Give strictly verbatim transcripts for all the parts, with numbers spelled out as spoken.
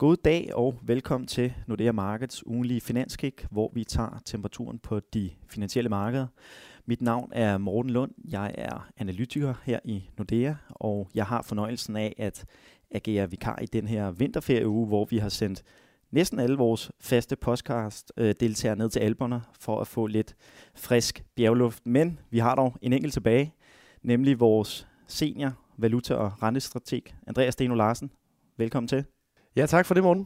God dag og velkommen til Nordea Markets ugenlige finanskick, hvor vi tager temperaturen på de finansielle markeder. Mit navn er Morten Lund, jeg er analytiker her i Nordea, og jeg har fornøjelsen af at agere vikar i den her vinterferieuge, hvor vi har sendt næsten alle vores faste podcast-deltagere ned til Alperne for at få lidt frisk bjergluft. Men vi har dog en enkelt tilbage, nemlig vores senior valuta- og rentestrateg, Andreas Steno Larsen. Velkommen til. Ja, tak for det, Morten.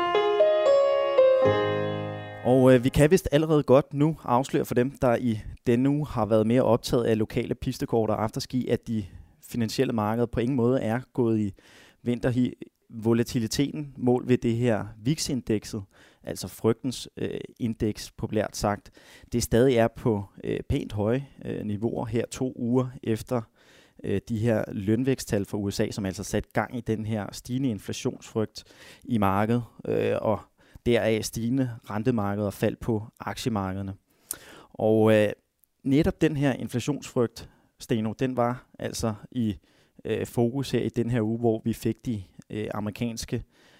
Og øh, vi kan vist allerede godt nu afsløre for dem, der i denne uge har været mere optaget af lokale pistekort og afterski, at de finansielle markeder på ingen måde er gået i vinter. Volatiliteten mål ved det her V I X-indekset, altså frygtens øh, indeks populært sagt, det stadig er på øh, pænt høje øh, niveauer her to uger efter øh, de her lønvæksttal fra U S A, som altså sat gang i den her stigende inflationsfrygt i markedet, øh, og deraf stigende rentemarkeder og fald på aktiemarkederne. Og øh, netop den her inflationsfrygt, Steno, den var altså i øh, fokus her i den her uge, hvor vi fik de øh, amerikanske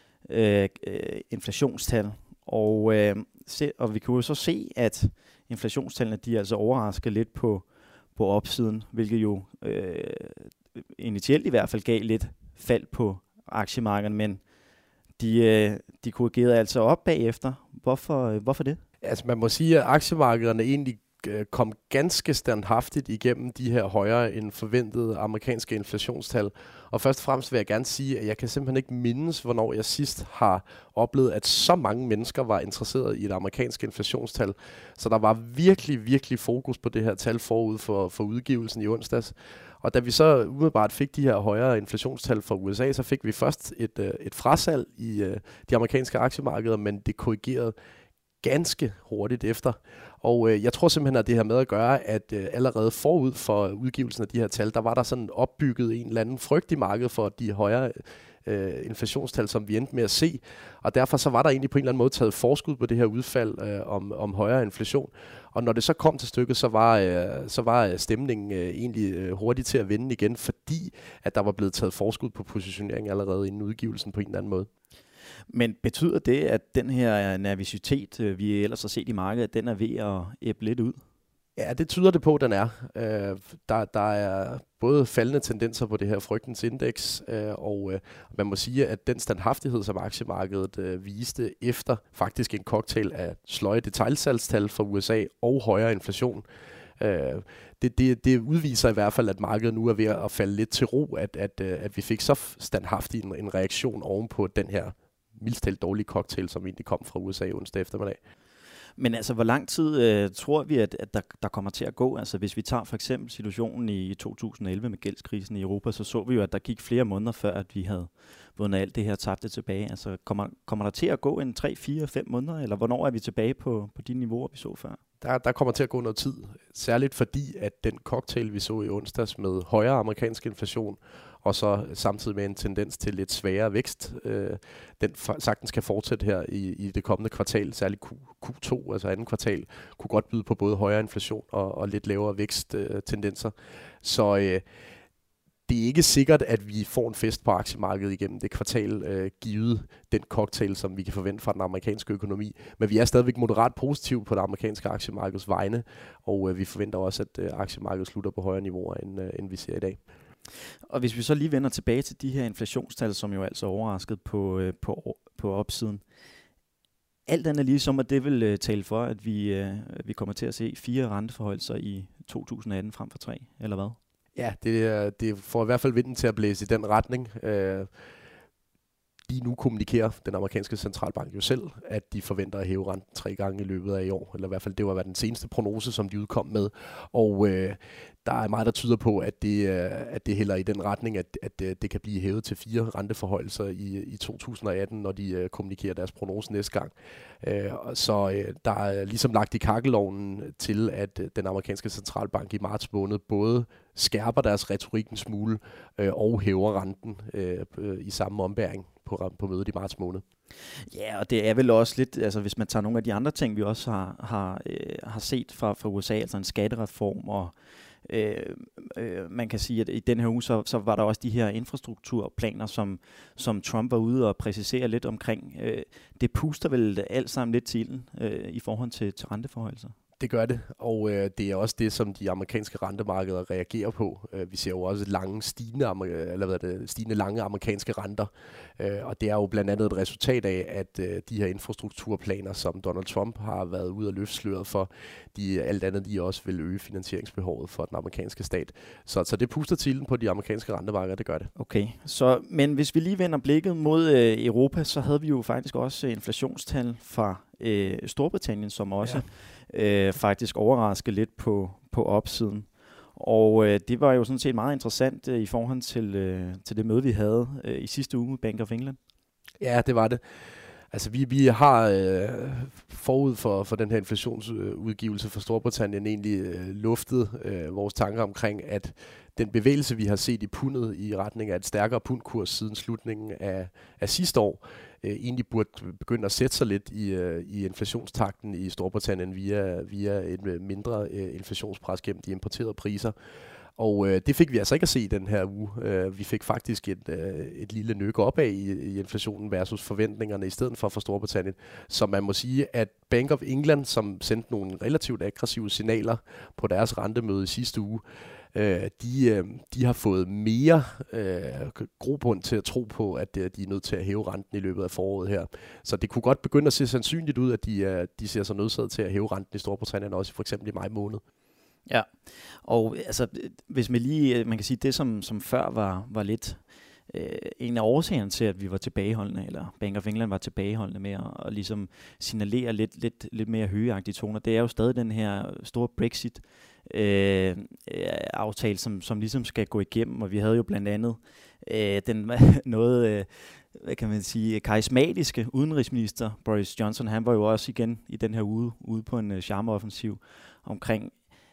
øh, øh, inflationstal. Og, øh, se, og vi kunne jo så se, at inflationstallene de altså overrasker lidt på, på opsiden, hvilket jo øh, initielt i hvert fald gav lidt fald på aktiemarkederne, men de, øh, de korrigerede altså op bagefter. Hvorfor, øh, hvorfor det? Altså man må sige, at aktiemarkederne egentlig kom ganske standhaftigt igennem de her højere end forventede amerikanske inflationstal. Og først og fremmest vil jeg gerne sige, at jeg kan simpelthen ikke mindes, hvornår jeg sidst har oplevet, at så mange mennesker var interesseret i et amerikansk inflationstal. Så der var virkelig, virkelig fokus på det her tal forud for, for udgivelsen i onsdags. Og da vi så umiddelbart fik de her højere inflationstal fra U S A, så fik vi først et, et frasalg i de amerikanske aktiemarkeder, men det korrigerede ganske hurtigt efter. Og øh, jeg tror simpelthen, at det har med at gøre, at øh, allerede forud for udgivelsen af de her tal, der var der sådan opbygget en eller anden frygt i markedet for de højere øh, inflationstal, som vi endte med at se. Og derfor så var der egentlig på en eller anden måde taget forskud på det her udfald øh, om, om højere inflation. Og når det så kom til stykket, så var, øh, så var stemningen øh, egentlig øh, hurtigt til at vende igen, fordi at der var blevet taget forskud på positionering allerede inden udgivelsen på en eller anden måde. Men betyder det, at den her nervøsitet, vi ellers har set i markedet, den er ved at æbbe lidt ud? Ja, det tyder det på, at den er. Øh, der, der er både faldende tendenser på det her frygtens indeks, øh, og øh, man må sige, at den standhaftighed, som aktiemarkedet øh, viste efter faktisk en cocktail af sløje detailsalgstal fra U S A og højere inflation, øh, det, det, det udviser i hvert fald, at markedet nu er ved at falde lidt til ro, at, at, at vi fik så standhaftig en, en reaktion ovenpå den her mildstalt dårlige cocktail, som egentlig kom fra U S A onsdag eftermiddag. Men altså, hvor lang tid øh, tror vi, at, at der, der kommer til at gå? Altså, hvis vi tager for eksempel situationen i to tusind og elleve med gældskrisen i Europa, så så vi jo, at der gik flere måneder før, at vi havde vundet alt det her tabte tilbage. Altså, kommer, kommer der til at gå en tre, fire, fem måneder, eller hvornår er vi tilbage på, på de niveauer, vi så før? Der, der kommer til at gå noget tid, særligt fordi, at den cocktail, vi så i onsdags med højere amerikansk inflation, og så samtidig med en tendens til lidt sværere vækst, øh, den for, sagtens kan fortsætte her i, i det kommende kvartal, særligt Q, Q2, altså anden kvartal, kunne godt byde på både højere inflation og, og lidt lavere væksttendenser. Øh, så øh, det er ikke sikkert, at vi får en fest på aktiemarkedet igennem det kvartal, øh, givet den cocktail, som vi kan forvente fra den amerikanske økonomi. Men vi er stadigvæk moderat positive på det amerikanske aktiemarkeds vegne, og øh, vi forventer også, at øh, aktiemarkedet slutter på højere niveauer, end, øh, end vi ser i dag. Og hvis vi så lige vender tilbage til de her inflationstal, som jo altså overrasket på, øh, på, på opsiden. Alt andet lige som, at det vil øh, tale for, at vi, øh, vi kommer til at se fire renteforholdelser i to tusind og atten frem for tre, eller hvad? Ja, det, det får i hvert fald vinden til at blæse i den retning. Øh, lige nu kommunikerer den amerikanske centralbank jo selv, at de forventer at hæve renten tre gange i løbet af i år. Eller i hvert fald, det var den seneste prognose, som de udkom med. Og øh, der er meget, der tyder på, at det, at det hælder i den retning, at, at det kan blive hævet til fire renteforholdelser i, i to tusind og atten, når de uh, kommunikerer deres prognose næste gang. Uh, så uh, der er ligesom lagt i kakkelovnen til, at uh, den amerikanske centralbank i marts måned både skærper deres retorik en smule uh, og hæver renten uh, i samme ombæring på, på mødet i marts måned. Ja, og det er vel også lidt, altså hvis man tager nogle af de andre ting, vi også har, har, øh, har set fra, fra U S A, altså en skattereform og øh, øh, man kan sige, at i den her uge, så, så var der også de her infrastrukturplaner, som, som Trump var ude og præcisere lidt omkring. Øh, det puster vel alt sammen lidt til ilden øh, i forhold til, til renteforholdelser. Det gør det, og øh, det er også det, som de amerikanske rentemarkeder reagerer på. Øh, vi ser jo også lange, stigende, eller hvad det, stigende lange amerikanske renter, øh, og det er jo blandt andet et resultat af, at øh, de her infrastrukturplaner, som Donald Trump har været ude og løfte sløret for, de alt andet de også vil øge finansieringsbehovet for den amerikanske stat. Så, så det puster til på de amerikanske rentemarkeder, det gør det. Okay, så, men hvis vi lige vender blikket mod øh, Europa, så havde vi jo faktisk også inflationstal fra øh, Storbritannien, som også... Ja. Øh, faktisk overraske lidt på, på opsiden. Og øh, det var jo sådan set meget interessant øh, i forhold til, øh, til det møde, vi havde øh, i sidste uge med Bank of England. Ja, det var det. Altså vi, vi har øh, forud for, for den her inflationsudgivelse for Storbritannien egentlig øh, luftet øh, vores tanker omkring, at den bevægelse, vi har set i pundet i retning af et stærkere pundkurs siden slutningen af, af sidste år, øh, egentlig burde begynde at sætte sig lidt i, øh, i inflationstakten i Storbritannien via, via et mindre øh, inflationspres gennem de importerede priser. Og øh, det fik vi altså ikke at se i den her uge. Øh, vi fik faktisk et, øh, et lille nyk opad i, i inflationen versus forventningerne i stedet for for Storbritannien. Så man må sige, at Bank of England, som sendte nogle relativt aggressive signaler på deres rentemøde i sidste uge, øh, de, øh, de har fået mere øh, grobund til at tro på, at øh, de er nødt til at hæve renten i løbet af foråret her. Så det kunne godt begynde at se sandsynligt ud, at de, øh, de ser sig nødsaget til at hæve renten i Storbritannien også for eksempel i maj måned. Ja, og altså, hvis man lige, man kan sige, det som, som før var, var lidt øh, en af årsagerne til, at vi var tilbageholdende, eller Bank of England var tilbageholdende med at, at ligesom signalere lidt, lidt, lidt mere højagtige toner, det er jo stadig den her store Brexit øh, aftale, som, som ligesom skal gå igennem, og vi havde jo blandt andet øh, den noget, øh, hvad kan man sige, karismatiske udenrigsminister Boris Johnson. Han var jo også igen i den her uge ude på en charmeoffensiv omkring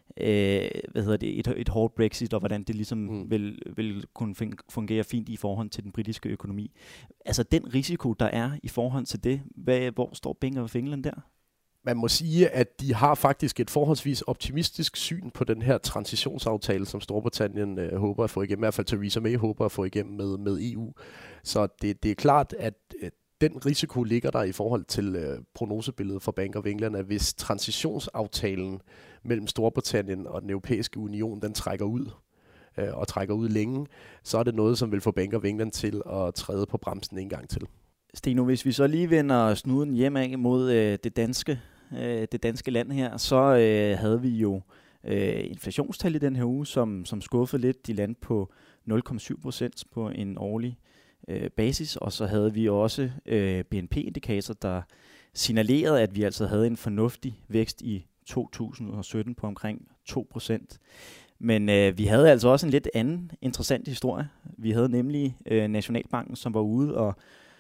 Øh, hvad hedder det, et, et hårdt Brexit, og hvordan det ligesom mm. vil, vil kunne fungere fint i forhold til den britiske økonomi. Altså den risiko, der er i forhold til det, hvad, hvor står Bank of England der? Man må sige, at de har faktisk et forholdsvis optimistisk syn på den her transitionsaftale, som Storbritannien øh, håber at få igennem, i hvert fald Theresa May håber at få igennem med, med E U. Så det, det er klart, at øh, den risiko ligger der i forhold til øh, prognosebilledet for Bank of England, at hvis transitionsaftalen mellem Storbritannien og den europæiske union, den trækker ud, øh, og trækker ud længe, så er det noget, som vil få Bank of England til at træde på bremsen en gang til. Steno, hvis vi så lige vender snuden hjemad mod øh, det, danske, øh, det danske land her, så øh, havde vi jo øh, inflationstal i den her uge, som, som skuffede lidt. De landede på nul komma syv procent på en årlig øh, basis, og så havde vi også øh, B N P-indikator, der signalerede, at vi altså havde en fornuftig vækst i to tusind og sytten på omkring to procent. Men øh, vi havde altså også en lidt anden interessant historie. Vi havde nemlig øh, Nationalbanken, som var ude og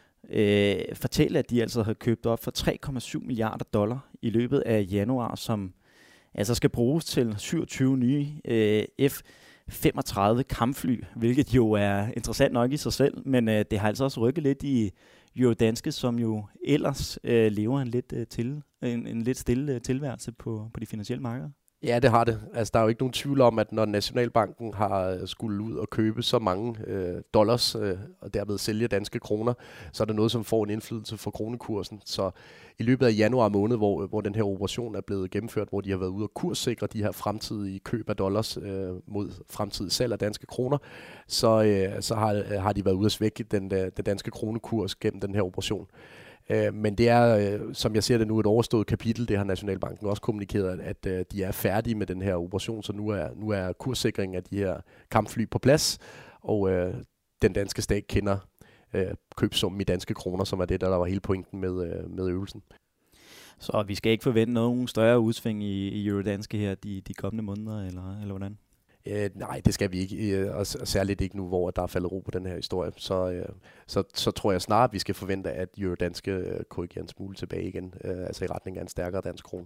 øh, fortælle, at de altså havde købt op for tre komma syv milliarder dollar i løbet af januar, som altså skal bruges til syvogtyve nye øh, F femogtredive kampfly, hvilket jo er interessant nok i sig selv, men øh, det har altså også rykket lidt i Eurodanske, som jo ellers øh, lever en lidt, øh, til, en, en lidt stille øh, tilværelse på, på de finansielle markeder. Ja, det har det. Altså, der er jo ikke nogen tvivl om, at når Nationalbanken har skulle ud og købe så mange øh, dollars, øh, og dermed sælge danske kroner, så er det noget, som får en indflydelse for kronekursen. Så i løbet af januar måned, hvor, hvor den her operation er blevet gennemført, hvor de har været ude og kurssikre de her fremtidige køb af dollars øh, mod fremtidig salg af danske kroner, så, øh, så har, har de været ude at svække den, den danske kronekurs gennem den her operation. Men det er, som jeg ser det nu, et overstået kapitel. Det har Nationalbanken også kommunikeret, at, at de er færdige med den her operation, så nu er, nu er kurssikringen af de her kampfly på plads, og øh, den danske stat kender øh, købsummen i danske kroner, som er det, der var hele pointen med, øh, med øvelsen. Så vi skal ikke forvente nogen større udsving i, i Eurodanske her de, de kommende måneder, eller, eller hvordan? Øh, nej, det skal vi ikke, øh, og særligt ikke nu, hvor der er faldet ro på den her historie. Så, øh, så, så tror jeg snart, at vi skal forvente, at Eurodanske øh, korrigerer en smule tilbage igen, øh, altså i retning af en stærkere dansk krone.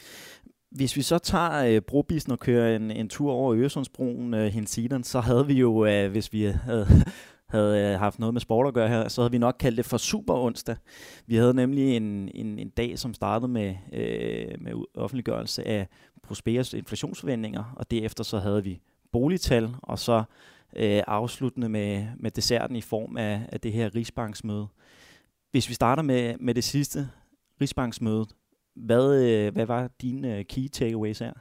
Hvis vi så tager øh, brobissen og kører en, en tur over Øresundsbroen, øh, Hensideren, så havde vi jo, øh, hvis vi havde, havde haft noget med sport at gøre her, så havde vi nok kaldt det for super onsdag. Vi havde nemlig en, en, en dag, som startede med, øh, med offentliggørelse af Prosperas inflationsforventninger, og derefter så havde vi boligtal, og så øh, afsluttende med, med desserten i form af, af det her Rigsbanksmøde. Hvis vi starter med, med det sidste Rigsbanksmøde, hvad, øh, hvad var dine øh, key takeaways her?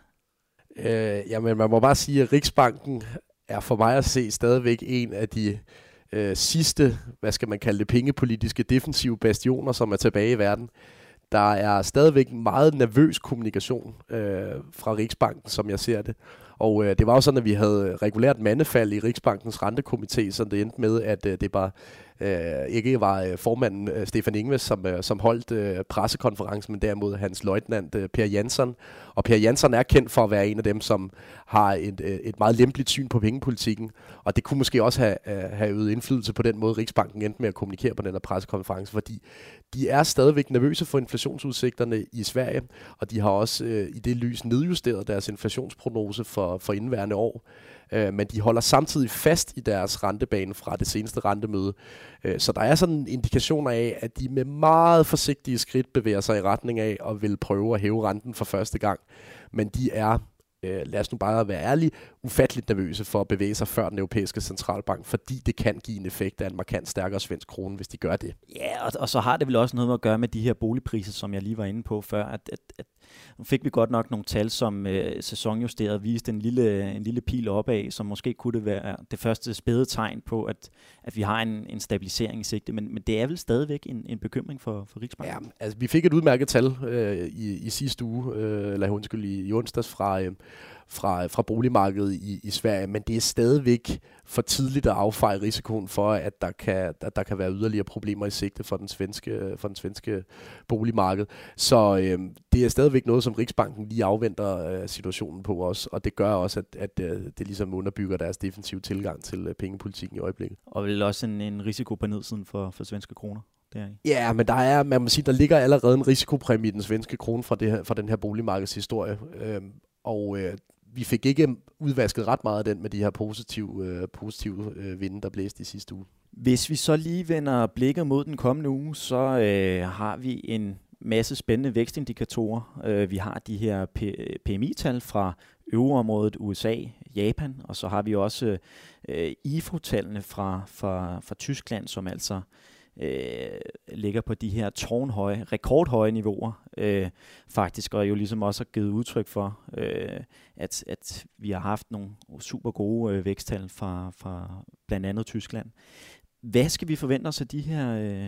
Øh, jamen, man må bare sige, at Riksbanken er for mig at se stadigvæk en af de øh, sidste, hvad skal man kalde det, pengepolitiske defensive bastioner, som er tilbage i verden. Der er stadigvæk meget nervøs kommunikation øh, fra Riksbanken, som jeg ser det. Og øh, det var jo sådan, at vi havde regulært mandefald i Riksbankens rentekomité, så det endte med, at øh, det bare øh, ikke var øh, formanden øh, Stefan Ingves, som, øh, som holdt øh, pressekonferencen, men derimod hans løjtnant øh, Per Jansson. Og Per Jansson er kendt for at være en af dem, som har et, øh, et meget lempeligt syn på pengepolitikken. Og det kunne måske også have, øh, have øget indflydelse på den måde, Riksbanken endte med at kommunikere på den her pressekonference, fordi de er stadigvæk nervøse for inflationsudsigterne i Sverige, og de har også øh, i det lys nedjusteret deres inflationsprognose for, for indværende år. Øh, men de holder samtidig fast i deres rentebane fra det seneste rentemøde. Øh, så der er sådan indikationer af, at de med meget forsigtige skridt bevæger sig i retning af og vil prøve at hæve renten for første gang. Men de er, øh, lad os nu bare være ærlige, ufatteligt nervøse for at bevæge sig før den europæiske centralbank, fordi det kan give en effekt af en markant stærkere svensk krone, hvis de gør det. Ja, og, og så har det vel også noget med at gøre med de her boligpriser, som jeg lige var inde på før, at, at, at nu fik vi godt nok nogle tal, som øh, sæsonjusteret viste en lille, en lille pil opad, som måske kunne det være det første spæde tegn på, at, at vi har en, en stabilisering i sigte, men, men det er vel stadigvæk en, en bekymring for, for Riksbanken. Ja, altså vi fik et udmærket tal øh, i, i sidste uge, øh, eller undskyld, i, i onsdags fra, øh, fra, fra boligmarkedet i, i Sverige, men det er stadigvæk for tidligt at affeje risikoen for, at der kan, at der kan være yderligere problemer i sigte for den svenske, for den svenske boligmarked. Så øh, det er stadigvæk noget, som Riksbanken lige afventer øh, situationen på os, og det gør også, at, at øh, det ligesom underbygger deres defensive tilgang til øh, pengepolitikken i øjeblikket. Og vel også en, en risiko på nedsiden for, for svenske kroner. Ja, men der er, man må sige, der ligger allerede en risikopræmie i den svenske krone fra, det her, fra den her boligmarkedshistorie, øh, og øh, vi fik ikke udvasket ret meget af den med de her positive, øh, positive øh, vinde, der blæste i sidste uge. Hvis vi så lige vender blikket mod den kommende uge, så øh, har vi en masse spændende vækstindikatorer. Øh, vi har de her P M I-tal fra euroområdet, U S A, Japan, og så har vi også øh, I F O-tallene fra, fra, fra Tyskland, som altså Øh, ligger på de her tårnhøje, rekordhøje niveauer, øh, faktisk, og jo ligesom også har givet udtryk for, øh, at, at vi har haft nogle super gode øh, væksttal fra, fra blandt andet Tyskland. Hvad skal vi forvente os af de her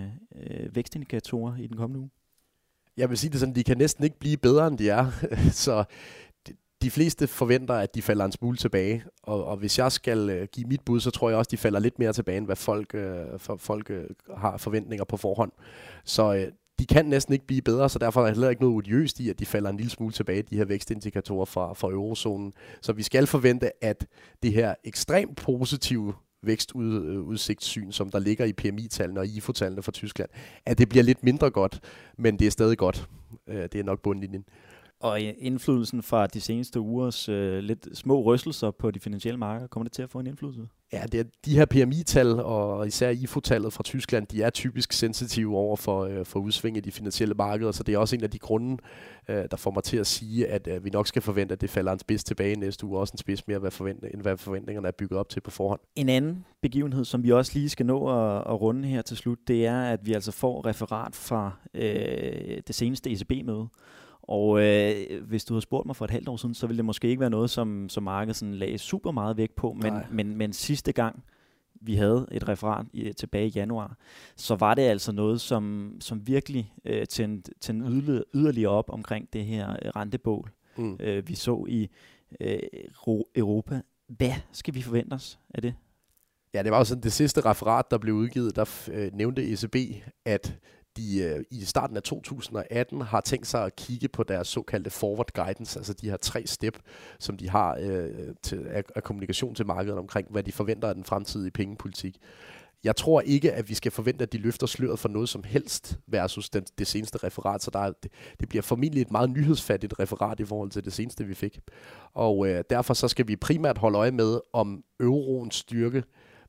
øh, vækstindikatorer i den kommende uge? Jeg vil sige det sådan, de kan næsten ikke blive bedre, end de er, så de fleste forventer, at de falder en smule tilbage, og, og hvis jeg skal øh, give mit bud, så tror jeg også, de falder lidt mere tilbage, end hvad folk, øh, for, folk øh, har forventninger på forhånd. Så øh, de kan næsten ikke blive bedre, så derfor er der heller ikke noget odiøst i, at de falder en lille smule tilbage, de her vækstindikatorer fra, fra eurozonen. Så vi skal forvente, at det her ekstremt positive vækstudsigtssyn, som der ligger i P M I-tallene og I F O-tallene fra Tyskland, at det bliver lidt mindre godt, men det er stadig godt. Øh, det er nok bundlinjen. Og indflydelsen fra de seneste ugers øh, lidt små rystelser på de finansielle markeder, kommer det til at få en indflydelse? Ja, det er, de her P M I-tal, og især I F O-tallet fra Tyskland, de er typisk sensitive over for, øh, for udsving i de finansielle markeder, så det er også en af de grunde, øh, der får mig til at sige, at øh, vi nok skal forvente, at det falder en spids tilbage næste uge, også en spids mere, hvad forvent- end hvad forventningerne er bygget op til på forhånd. En anden begivenhed, som vi også lige skal nå at, at runde her til slut, det er, at vi altså får referat fra øh, det seneste E C B-møde. Og øh, hvis du havde spurgt mig for et halvt år siden, så ville det måske ikke være noget, som, som markedet sådan lagde super meget vægt på. Men, men, men sidste gang, vi havde et referat i, tilbage i januar, så var det altså noget, som, som virkelig øh, tændte, tændte yderligere, yderligere op omkring det her rentebål, mm. øh, vi så i øh, Europa. Hvad skal vi forvente os af det? Ja, det var jo sådan det sidste referat, der blev udgivet, der øh, nævnte E C B, at de øh, i starten af to tusind og atten har tænkt sig at kigge på deres såkaldte forward guidance, altså de her tre step, som de har øh, til, af, af kommunikation til markedet omkring, hvad de forventer af den fremtidige pengepolitik. Jeg tror ikke, at vi skal forvente, at de løfter sløret for noget som helst versus den, det seneste referat, så der er, det, det bliver formentlig et meget nyhedsfattigt referat i forhold til det seneste, vi fik. Og øh, derfor så skal vi primært holde øje med, om euroens styrke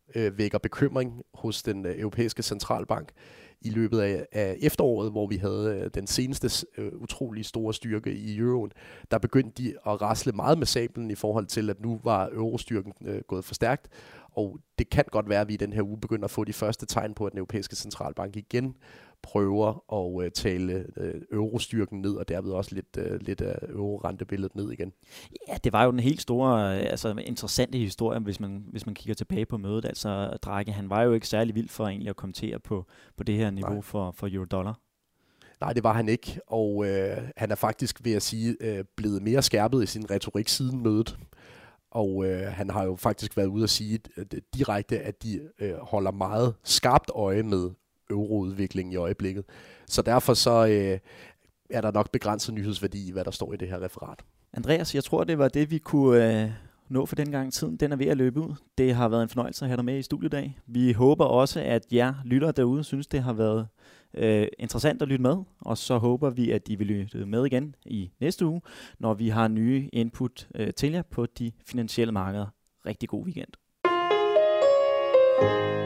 øh, vækker bekymring hos den øh, europæiske centralbank i løbet af, af efteråret, hvor vi havde øh, den seneste øh, utrolig store styrke i euroen. Der begyndte de at rasle meget med sablen i forhold til, at nu var eurostyrken øh, gået for stærkt, og det kan godt være, at vi i den her uge begynder at få de første tegn på, at den europæiske centralbank igen prøver at øh, tale øh, eurostyrken ned, og derved også lidt, øh, lidt af eurorentebilledet ned igen. Ja, det var jo den helt store, altså interessante historie, hvis man, hvis man kigger tilbage på mødet. Altså, Draghi, han var jo ikke særlig vild for egentlig at kommentere på, på det her niveau for, for euro-dollar. Nej, det var han ikke, og øh, han er faktisk, vil jeg sige, øh, blevet mere skærpet i sin retorik siden mødet. Og øh, han har jo faktisk været ude at sige at, direkte, at de øh, holder meget skarpt øje med euroudviklingen i øjeblikket. Så derfor så øh, er der nok begrænset nyhedsværdi i, hvad der står i det her referat. Andreas, jeg tror, det var det, vi kunne øh, nå for den gang. Tiden den er ved at løbe ud. Det har været en fornøjelse at have dig med i studiet i dag. Vi håber også, at jer lyttere derude synes, det har været øh, interessant at lytte med. Og så håber vi, at I vil lytte med igen i næste uge, når vi har nye input øh, til jer på de finansielle markeder. Rigtig god weekend.